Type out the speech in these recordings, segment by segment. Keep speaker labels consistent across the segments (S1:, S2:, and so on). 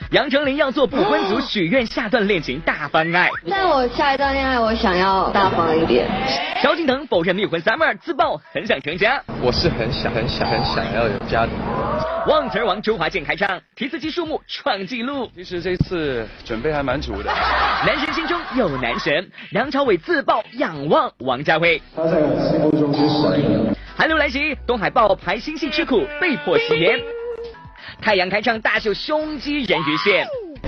S1: 杨丞琳要做不婚族，许愿下段恋情大翻爱。
S2: 但我下一段恋爱，我想要大方一点。
S1: 萧敬腾否认蜜婚 Summer， 自曝很想成家。
S3: 我是很想要有家庭。
S1: 忘词儿王周华健开唱，提词机数目创纪录。
S3: 其实这次准备还蛮足的。
S1: 男神心中有男神，梁朝伟自曝仰望王家卫。
S4: 他在我心目中是神。
S1: 寒流来袭，东海豹排新戏吃苦，被迫吸烟。太阳开唱大秀胸肌人鱼线。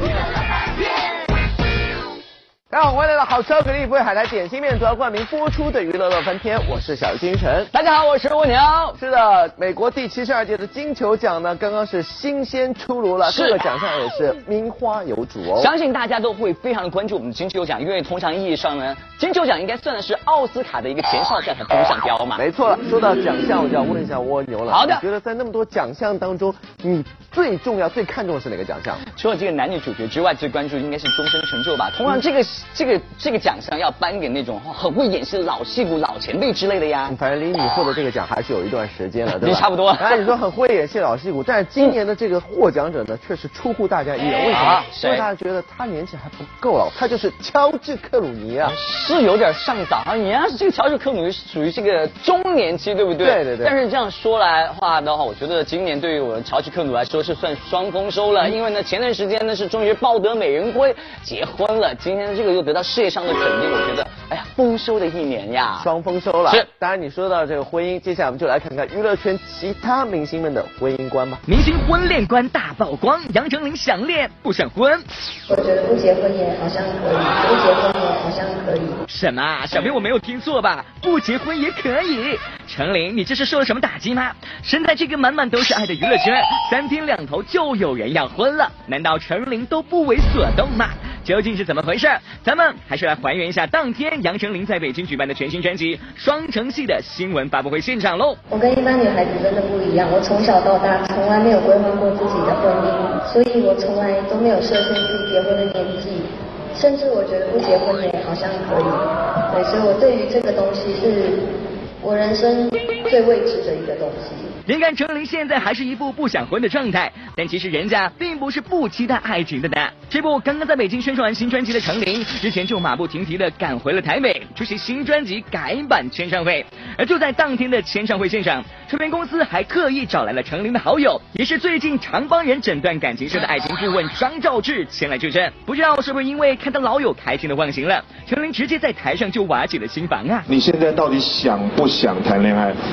S5: 大家好，欢迎来到好吃巧克力不会海苔点心面夺冠名播出的娱乐乐翻天，我是小金晨。
S6: 大家好，我是蜗牛。
S5: 是的，美国第72届的金球奖呢，刚刚是新鲜出炉了，各个奖项也是名花有主哦。
S6: 相信大家都会非常的关注我们的金球奖，因为通常意义上呢，金球奖应该算的是奥斯卡的一个前哨战和风向标嘛。
S5: 没错了，说到奖项，我就要问一下蜗牛了。
S6: 好的，
S5: 你觉得在那么多奖项当中，你最重要、最看重的是哪个奖项？
S6: 除了这个男女主角之外，最关注应该是终身成就吧。通常这个奖项要颁给那种很会演戏的老戏骨、老前辈之类的呀。
S5: 反正离你获得这个奖还是有一段时间了，对吧？
S6: 差不多。
S5: 哎，你说很会演戏老戏骨，但是今年的这个获奖者呢，却是出乎大家意料。为什么？因为大家觉得他年纪还不够老，他就是乔治克鲁尼啊，
S6: 是有点上档啊。你要是这个乔治克鲁尼属于这个中年期，对不对？
S5: 对对对。
S6: 但是这样说来话的话，我觉得今年对于我的乔治克鲁尼来说是算双丰收了，因为呢前段时间呢是终于抱得美人归，结婚了，今天这个又得到事业上的肯定。我觉得，哎呀，丰收的一年呀，
S5: 双丰收了。
S6: 是，
S5: 当然你说到这个婚姻，接下来我们就来看看娱乐圈其他明星们的婚姻观吧。
S1: 明星婚恋观大曝光，杨丞琳想恋不想婚。
S2: 我觉得不结婚也好像可以，不结婚也好像可以。
S1: 什么？小编我没有听错吧？不结婚也可以？丞琳，你这是受了什么打击吗？身在这个满满都是爱的娱乐圈，3天2头就有人要婚了，难道丞琳都不为所动吗？究竟是怎么回事？咱们还是来还原一下当天杨丞琳在北京举办的全新专辑《双城戏》的新闻发布会现场喽。
S2: 我跟一般女孩子真的不一样，我从小到大从来没有规划过自己的婚姻，所以我从来都没有设限自己结婚的年纪，甚至我觉得不结婚也好像可以。对，所以我对于这个东西是我人生最未知的一个东西。
S1: 眼看丞琳现在还是一副不想婚的状态，但其实人家并不是不期待爱情的呢。这不，刚刚在北京宣传完新专辑的丞琳，之前就马不停蹄的赶回了台北，出席新专辑改版签唱会。而就在当天的签唱会现场，唱片公司还刻意找来了丞琳的好友，也是最近常帮人诊断感情事的爱情顾问张兆志前来助阵。不知道是不是因为看到老友开心的忘形了，丞琳直接在台上就瓦解了心房啊！
S4: 你现在到底想不想谈恋爱？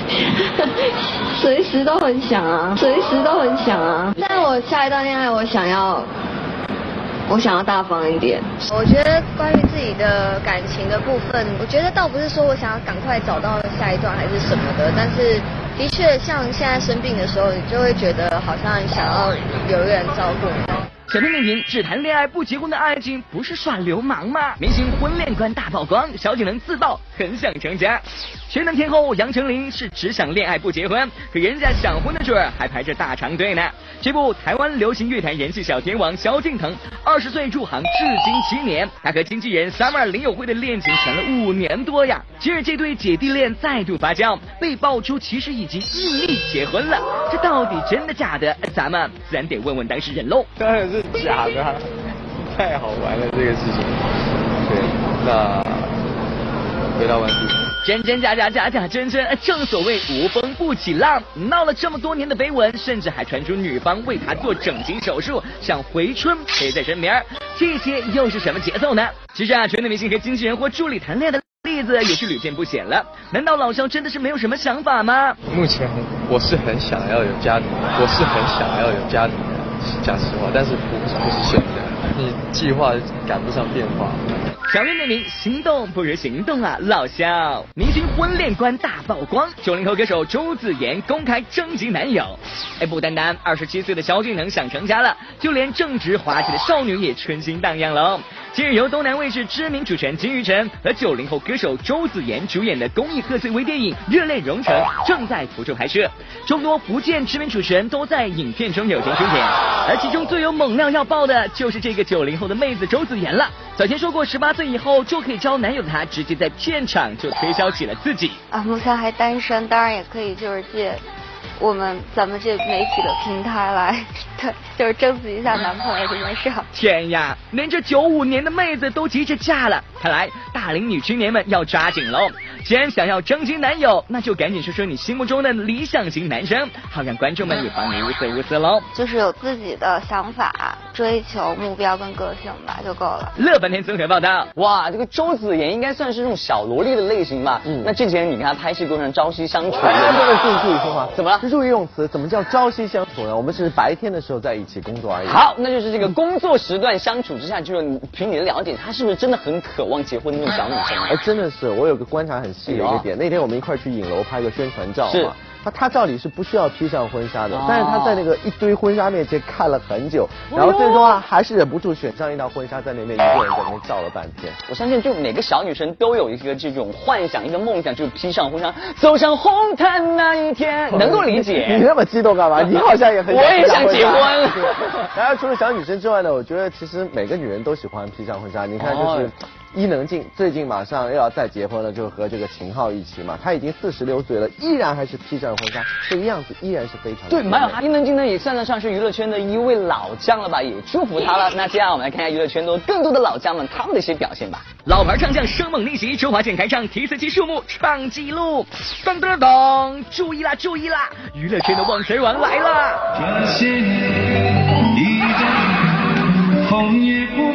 S2: 随时都很想啊，随时都很想啊。但我下一段恋爱，我想要大方一点。
S7: 我觉得关于自己的感情的部分，我觉得倒不是说我想要赶快找到下一段还是什么的，但是的确像现在生病的时候，你就会觉得好像想要有一个人照顾你。
S1: 小编点评：只谈恋爱不结婚的爱情不是耍流氓吗？明星婚恋观大曝光，萧敬腾自曝很想成家。前段天后杨丞琳是只想恋爱不结婚，可人家想婚的准儿还排着大长队呢。这部台湾流行乐坛人气小天王萧敬腾，20岁入行至今7年，他和经纪人Summer林友会的恋情传了5年多呀。今日这对姐弟恋再度发酵，被爆出其实已经秘密结婚了，这到底真的假的？咱们自然得问问当事人喽。
S3: 当然是假的啊，太好玩了这个事情。对，那回答完毕。
S1: 真真假假，假假真真，正所谓无风不起浪。闹了这么多年的绯闻，甚至还传出女方为他做整形手术，想回春陪在身边，这些又是什么节奏呢？其实啊，纯的明星和经纪人或助理谈恋爱的例子也是屡见不鲜了。难道老萧真的是没有什么想法吗？
S3: 目前我是很想要有家庭，讲实话，但是不是现在，你计划赶不上变化。
S1: 小编点名：心动不如行动啊！老萧，明星婚恋观大曝光，90后歌手周子妍公开征集男友。不单单27岁的萧敬腾想成家了，就连正值滑稽的少女也春心荡漾了。近日由东南卫视知名主持人金宇澄和90后歌手周子妍主演的公益贺岁微电影《热恋融成》正在福州拍摄，众多福建知名主持人都在影片中友情出演，而其中最有猛料要爆的就是这个90后的妹子周子妍了。早前说过18岁以后就可以交男友的她，直接在片场就推销起了自己
S8: 目前还单身，当然也可以就是借咱们这媒体的平台来对，就是争取一下男朋友这件事。
S1: 天呀，连这95年的妹子都急着嫁了，看来大龄女青年们要抓紧喽！既然想要征集男友，那就赶紧说说你心目中的理想型男生，好让观众们也帮你物色物色喽。
S8: 就是有自己的想法、追求、目标跟个性吧，就够了。
S1: 乐半天综合报道。
S6: 哇，这个周子妍应该算是这种小萝莉的类型吧？那之前你看她拍戏过程朝夕相处，
S5: 这个注意说话，
S6: 怎么了？
S5: 注意用词，怎么叫朝夕相处呢？我们只是白天的时候在一起工作而已。
S6: 好，那就是这个工作时段相处之下，就是你凭你的了解，她是不是真的很渴望结婚的那种小女生？
S5: 哎，真的是，我有个观察很细的一个点，那天我们一块去影楼拍个宣传照嘛。他照理是不需要披上婚纱的，但是他在那个一堆婚纱面前看了很久，然后最终还是忍不住选上一套婚纱，在那边一个人在那边照了半天。
S6: 我相信就每个小女生都有一个这种幻想，一个梦想，就是披上婚纱走上红毯那一天，能够理解。
S5: 你那么激动干嘛？你好像也很
S6: 我也想结婚。
S5: 当然除了小女生之外呢，我觉得其实每个女人都喜欢披上婚纱。你看就是伊能静最近马上又要再结婚了，就和这个秦昊一起嘛，她已经46岁了，依然还是披上婚纱，这个样子依然是非常
S6: 对，蛮有伊能静呢也算得上是娱乐圈的一位老将了吧，也祝福她了。那接下来我们来看一下娱乐圈更多的老将们他们的一些表现吧。
S1: 老牌唱将生猛逆袭，周华健开唱提词器数目创纪录，噔噔噔，注意啦注意啦，娱乐圈的忘词王来了。
S9: 这些年一阵风也不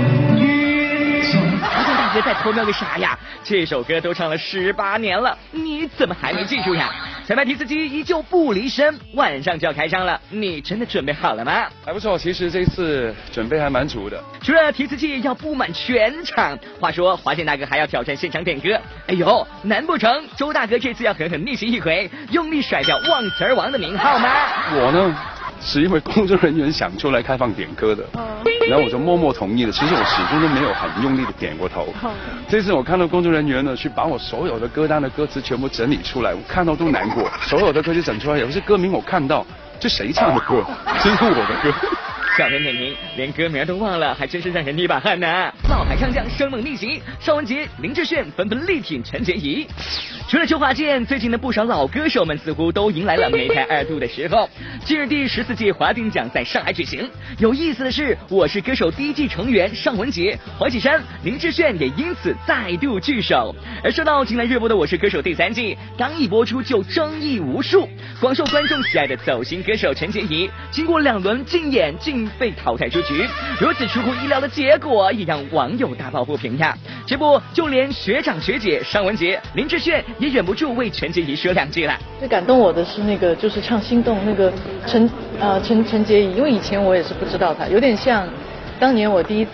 S1: 大哥在偷瞄个啥呀？这首歌都唱了18年了，你怎么还没记住呀？彩排提词机依旧不离身，晚上就要开唱了，你真的准备好了吗？
S10: 还不错，其实这次准备还蛮足的。
S1: 除了提词器要布满全场，话说华健大哥还要挑战现场点歌，哎呦，难不成周大哥这次要狠狠逆袭一回，用力甩掉忘词儿王的名号吗？
S10: 我呢，是因为工作人员想出来开放点歌的。然后我就默默同意了，其实我始终都没有很用力的点过头。这次我看到工作人员呢，去把我所有的歌单的歌词全部整理出来，我看到都难过。所有的歌曲整出来，有些歌名我看到，这谁唱的歌？真是我的歌。
S1: 小编点评，连歌名都忘了，还真是让人捏把汗呐！老牌唱将生猛逆袭，邵文杰、林志炫纷纷力挺陈洁仪。除了周华健，最近的不少老歌手们似乎都迎来了梅开二度的时候。近日第14届华鼎奖在上海举行，有意思的是，我是歌手第1季成员尚雯婕、黄绮珊、林志炫也因此再度聚首。而说到近来热播的《我是歌手》第3季，刚一播出就争议无数，广受观众喜爱的走心歌手陈洁仪，经过2轮竞演竟被淘汰出局，如此出乎意料的结果也让网友大抱不平呀。这不，就连学长学姐尚雯婕、林志炫也忍不住为陈洁仪说2句了。
S11: 最感动我的是那个就是唱《心动》那个陈洁仪，因为以前我也是不知道她，有点像当年我第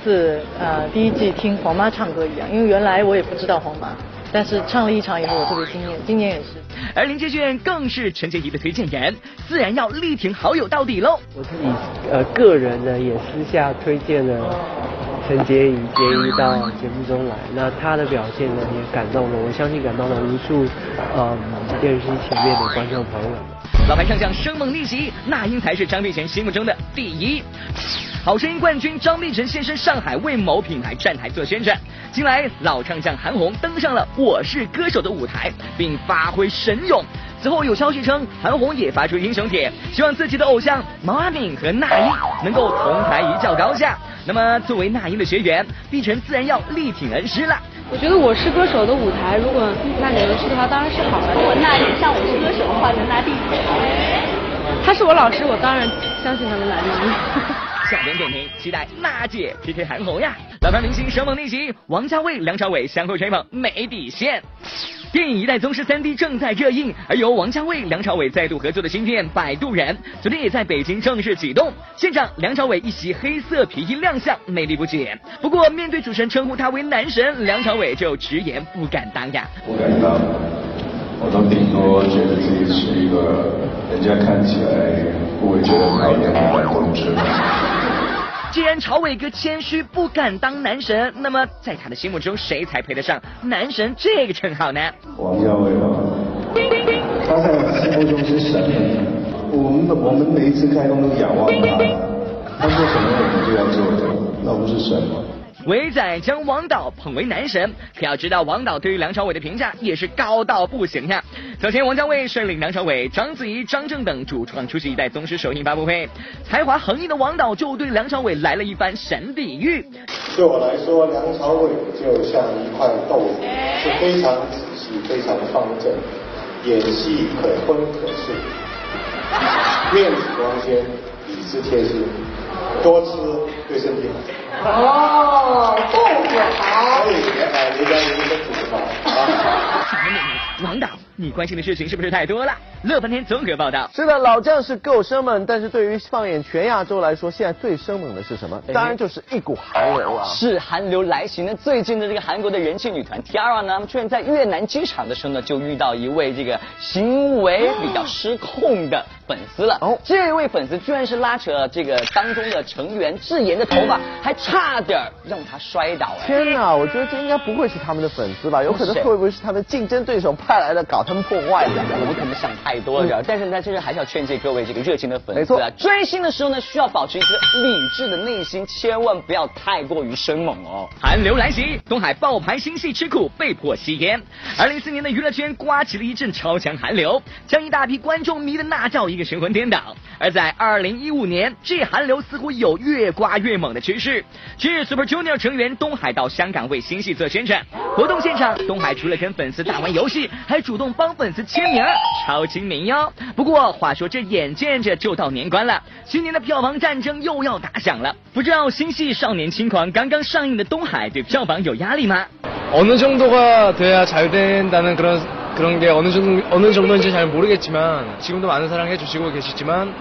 S11: 1季听黄妈唱歌一样，因为原来我也不知道黄妈。但是唱了1场以后，我特别惊艳，今年也是。
S1: 而林志炫更是陈洁仪的推荐人，自然要力挺好友到底喽。
S12: 我自己个人呢也私下推荐了陈洁仪到节目中来，那她的表现呢也感动了，我相信感动了无数电视机前面的观众朋友们。
S1: 老牌唱将生猛逆袭，那英才是张碧晨心目中的第1。好声音冠军张碧晨现身上海为某品牌站台做宣传。近来老唱将韩红登上了《我是歌手》的舞台，并发挥神勇。此后有消息称，韩红也发出英雄帖，希望自己的偶像毛阿敏和那英能够同台一较高下。那么作为那英的学员，碧晨自然要力挺恩师了。
S13: 我觉得《我是歌手》的舞台，如果那给恩师的话，当然是好的。如果那英像《我是歌手》的话，就那弟子。他是我老师，我当然相信他的来历。
S1: 小编点评，期待娜姐 PK 韩红呀！老牌明星生猛逆袭，王家卫、梁朝伟相互吹捧没底线。电影《一代宗师》3D 正在热映，而由王家卫、梁朝伟再度合作的新片《摆渡人》昨天也在北京正式启动。现场，梁朝伟一袭黑色皮衣亮相，魅力不减。不过，面对主持人称呼他为男神，梁朝伟就直言不敢当呀。
S4: 不敢当，我都顶多觉得自己是一个人家看起来不会觉得讨厌的男同志。
S1: 既然朝伟哥谦虚不敢当男神，那么在他的心目中谁才配得上男神这个称号呢？
S4: 王家卫啊，他在我心目中是神，我们每一次开工都仰望他，他说什么我们就要做的，那不是神吗？
S1: 伟仔将王导捧为男神，可要知道王导对于梁朝伟的评价也是高到不行呀。早前王家卫率领梁朝伟、章子怡、张震等主创出席一代宗师首映发布会，才华横溢的王导就对梁朝伟来了一番神比喻。
S14: 对我来说，梁朝伟就像一块豆腐，是非常仔细、非常方正，演戏可荤可素，面子光鲜，理智贴心，多吃对身体好。
S15: 哦，豆腐好。
S14: 所以人家有一个主嘛啊。
S1: 王导，你关心的事情是不是太多了？乐翻天综合报道。
S5: 是的，老将是够生猛，但是对于放眼全亚洲来说，现在最生猛的是什么？当然就是一股寒流啊！
S6: 是寒流来袭呢。最近的这个韩国的人气女团 T-ara 呢，居然在越南机场的时候呢，就遇到一位这个行为比较失控的粉丝了。哦，这位粉丝居然是拉扯这个当中的成员智妍的头发，还差点让他摔倒。
S5: 天哪，我觉得这应该不会是他们的粉丝吧？有可能会不会是他们竞争对手派来的搞他们破坏的？
S6: 我们可能想太多了。但是呢，这是还是要劝诫各位这个热情的粉丝啊，追星的时候呢，需要保持一颗理智的内心，千万不要太过于生猛哦。
S1: 寒流来袭，东海爆牌新戏吃苦，被迫吸烟。2004年的娱乐圈刮起了一阵超强寒流，将一大批观众迷得那叫一个神魂颠倒。而在2015年，这寒流似乎有越刮越猛的趋势。今日 Super Junior 成员东海到香港为新戏做宣传，活动现场，东海除了跟粉丝大玩游戏，还主动帮粉丝签名，超亲民哟。不过话说这眼见着就到年关了，今年的票房战争又要打响了。不知道新戏《少年轻狂》刚刚上映的东海对票房有压力吗？
S16: 어느 정도가 돼야 잘 된다는 그런 게 어느 정도인지 잘 모르겠지만 지금도 많은 사랑해 주시고 계시지만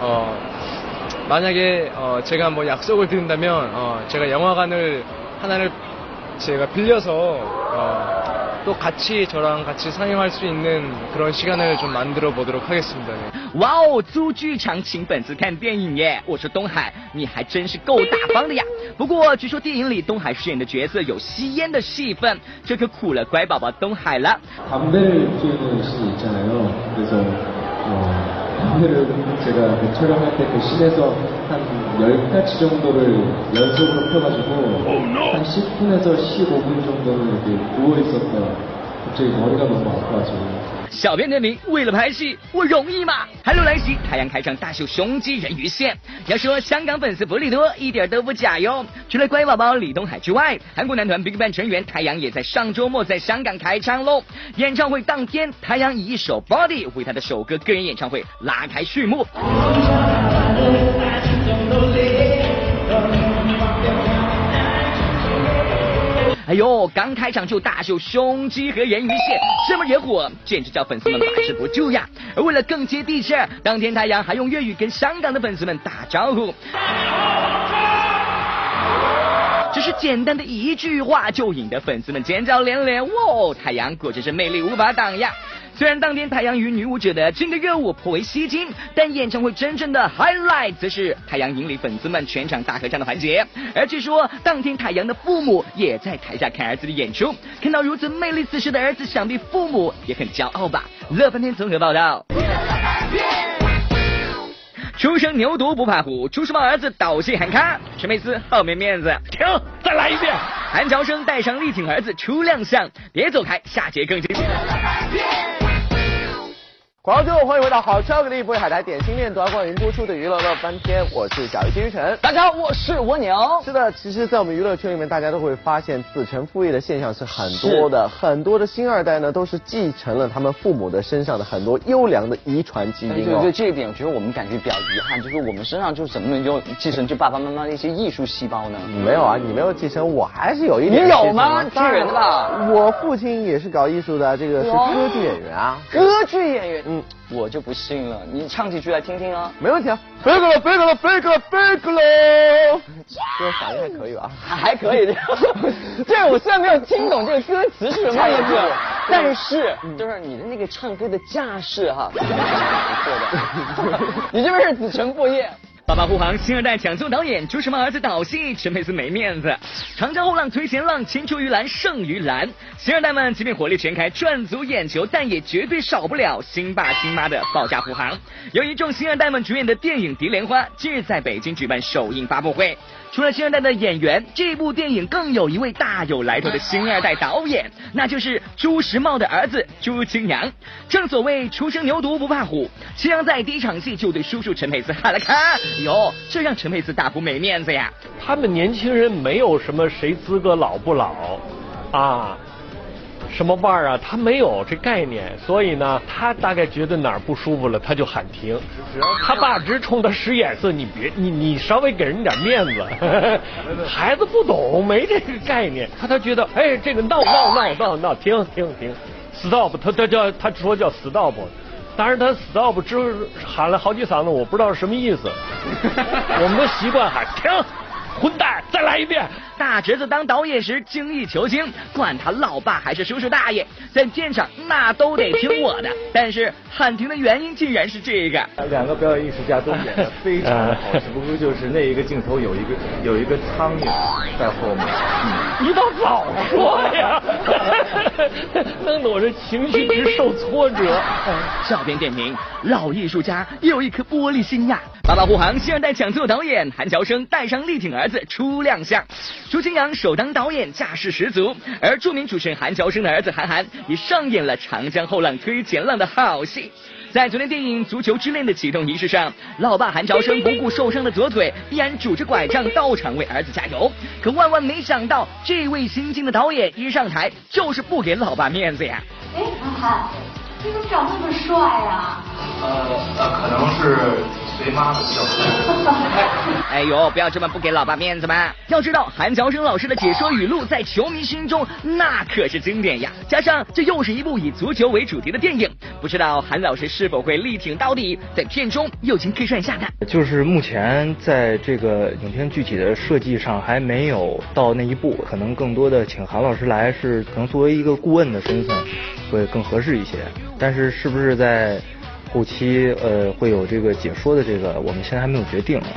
S16: 만약에 제가 뭐 약속을 드린다면 제가 영화관을 하나를 제가 빌려서 또 같이 저랑 같이 상영할 수 있는 그런 시간을 좀 만들어 보도록 하겠습니다.
S1: 哇哦，租剧场请粉丝看电影耶！我说东海，你还真是够大方的呀。不过据說电影里东海饰演的角色有吸烟的戏份，这可苦了乖宝宝东海了。
S17: 담배를 피우는 씬이 있잖아요. 그래서 담배를 제가 그 촬영할 때 그 씬에서 한 10가지 정도를 연속으로 펴가지고 한 10분에서 15분 정도는 이렇게 누워있었다. 갑자기 머리가 너무 아파가지고.
S1: 小编点名，为了拍戏，我容易吗？寒流来袭，太阳开场大秀胸肌人鱼线。要说香港粉丝福利多，一点都不假哟。除了乖宝宝李东海之外，韩国男团 BigBang 成员太阳也在上周末在香港开唱喽。演唱会当天，太阳以一首 Body 为他的首个个人演唱会拉开序幕。哎呦，刚开场就大秀胸肌和人鱼线，这么惹火，简直叫粉丝们把持不住呀！而为了更接地气，当天太阳还用粤语跟香港的粉丝们打招呼。只是简单的一句话就引得粉丝们尖叫连连，哇！太阳果真是魅力无法挡呀！虽然当天太阳与女舞者的这个热舞颇为吸睛，但演唱会真正的 highlight 则是太阳引领粉丝们全场大合唱的环节。而据说当天太阳的父母也在台下看儿子的演出，看到如此魅力四射的儿子，想必父母也很骄傲吧。乐翻天综合报道。初生牛犊不怕虎，朱时茂儿子倒戏喊卡，陈佩斯好没面子，停，再来一遍。韩乔生带上力挺儿子初亮相，别走开，下节更精彩。
S5: 广告之后，欢迎回到好吃给力不会海苔点心面团冠名播出的娱乐乐翻天，我是小鱼金鱼晨。
S6: 大家好，我是蜗牛。
S5: 是的，其实，在我们娱乐圈里面，大家都会发现子承父业的现象是很多的，很多的星二代呢，都是继承了他们父母的身上的很多优良的遗传基因哦。
S6: 对，这一点，我觉得我们感觉比较遗憾，就是我们身上就是怎么能继承就爸爸妈妈的一些艺术细胞呢？
S5: 没有啊，你没有继承，我还是有一点。
S6: 你有吗？当然的吧。
S5: 我父亲也是搞艺术的，这个是歌剧演员啊。
S6: 歌剧演员，我就不信了，你唱几句来听听啊？
S5: 没问题啊。飞哥了，飞哥了，飞哥了，飞哥了。这个反应还可以吧？
S6: 还可以的。这我虽然没有听懂这个歌词是什么意思，但是就是你的那个唱歌的架势哈，不错的。你这边是子承父业。
S1: 爸爸护航，新二代抢救导演朱时茂儿子导戏，陈佩斯没面子。长江后浪推前浪，青出于蓝胜于蓝。新二代们即便火力全开，赚足眼球，但也绝对少不了新爸新妈的爆炸护航。由一众新二代们主演的电影《蝶莲花》近日在北京举办首映发布会。除了新二代的演员，这部电影更有一位大有来头的新二代导演，那就是朱时茂的儿子朱青阳。正所谓初生牛犊不怕虎，青阳在第一场戏就对叔叔陈佩斯喊了咔，哟，这让陈佩斯大幅没面子呀。
S18: 他们年轻人没有什么谁资格老不老啊，什么腕儿啊，他没有这概念，所以呢，他大概觉得哪儿不舒服了，他就喊停。他爸直冲他使眼色，你稍微给人点面子。孩子不懂，没这个概念，他觉得哎，这个闹，停 ，stop， 他说叫 stop。当然他 stop 之喊了好几嗓子，我不知道是什么意思。我们的习惯喊停。混蛋，再来一遍！
S1: 大侄子当导演时精益求精，管他老爸还是叔叔大爷，在片场那都得听我的。但是喊停的原因竟然是这个。
S19: 两个表演艺术家都演得非常的好，只不过就是那一个镜头有一个苍蝇在后面。
S18: 你倒早说呀！弄得我这情绪直受挫折。
S1: 小编点评：老艺术家有一颗玻璃心呀！爸爸护航，新二代抢救导演韩乔生带上力挺儿子初亮相，朱青阳首当导演架势十足，而著名主持人韩乔生的儿子韩寒也上演了长江后浪推前浪的好戏。在昨天电影《足球之恋》的启动仪式上，老爸韩乔生不顾受伤的左腿，依然拄着拐杖到场为儿子加油。可万万没想到，这位新晋的导演一上台就是不给老爸面子呀！
S15: 哎，韩寒，你怎么长那么帅呀？
S19: 可能是随妈的比较多。
S1: 哎呦，不要这么不给老爸面子嘛！要知道韩乔生老师的解说语录在球迷心中那可是经典呀，加上这又是一部以足球为主题的电影，不知道韩老师是否会力挺到底，在片中友情客串一下呢？
S20: 就是目前在这个影片具体的设计上还没有到那一步，可能更多的请韩老师来是可能作为一个顾问的身份会更合适一些，但是是不是在后期会有这个解说的这个，我们现在还没有决定。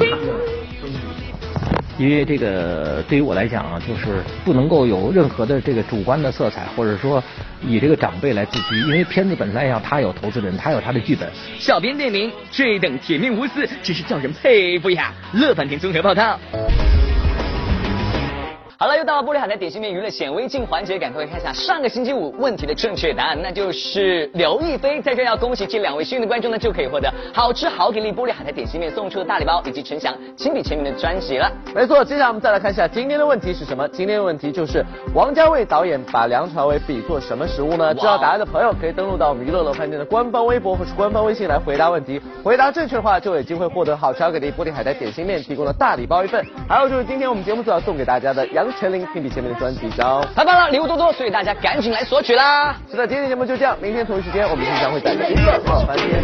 S21: 因为这个对于我来讲啊，就是不能够有任何的这个主观的色彩，或者说以这个长辈来自居，因为片子本身来讲，他有投资人，他有他的剧本。
S1: 小编点名，这等铁面无私，真是叫人佩服呀！乐翻天综合报道。好了，又到了玻璃海苔点心面娱乐显微镜环节，赶快看一下上个星期五问题的正确答案，那就是刘亦菲。在这要恭喜这两位幸运的观众呢，就可以获得好吃好给力玻璃海苔点心面送出的大礼包，以及陈翔亲笔签名的专辑了。
S5: 没错，接下来我们再来看一下今天的问题是什么？今天的问题就是王家卫导演把梁朝伟比作什么食物呢？知道答案的朋友可以登录到我们娱乐乐饭店的官方微博或是官方微信来回答问题，回答正确的话就有机会获得好吃好给力玻璃海苔点心面提供的大礼包一份，还有就是今天我们节目组要送给大家的杨丞琳亲笔签名的专辑一张。
S6: 太棒了，礼物多多，所以大家赶紧来索取啦！
S5: 是的，今天的节目就这样，明天同一时间我们经常会在娱乐乐饭店。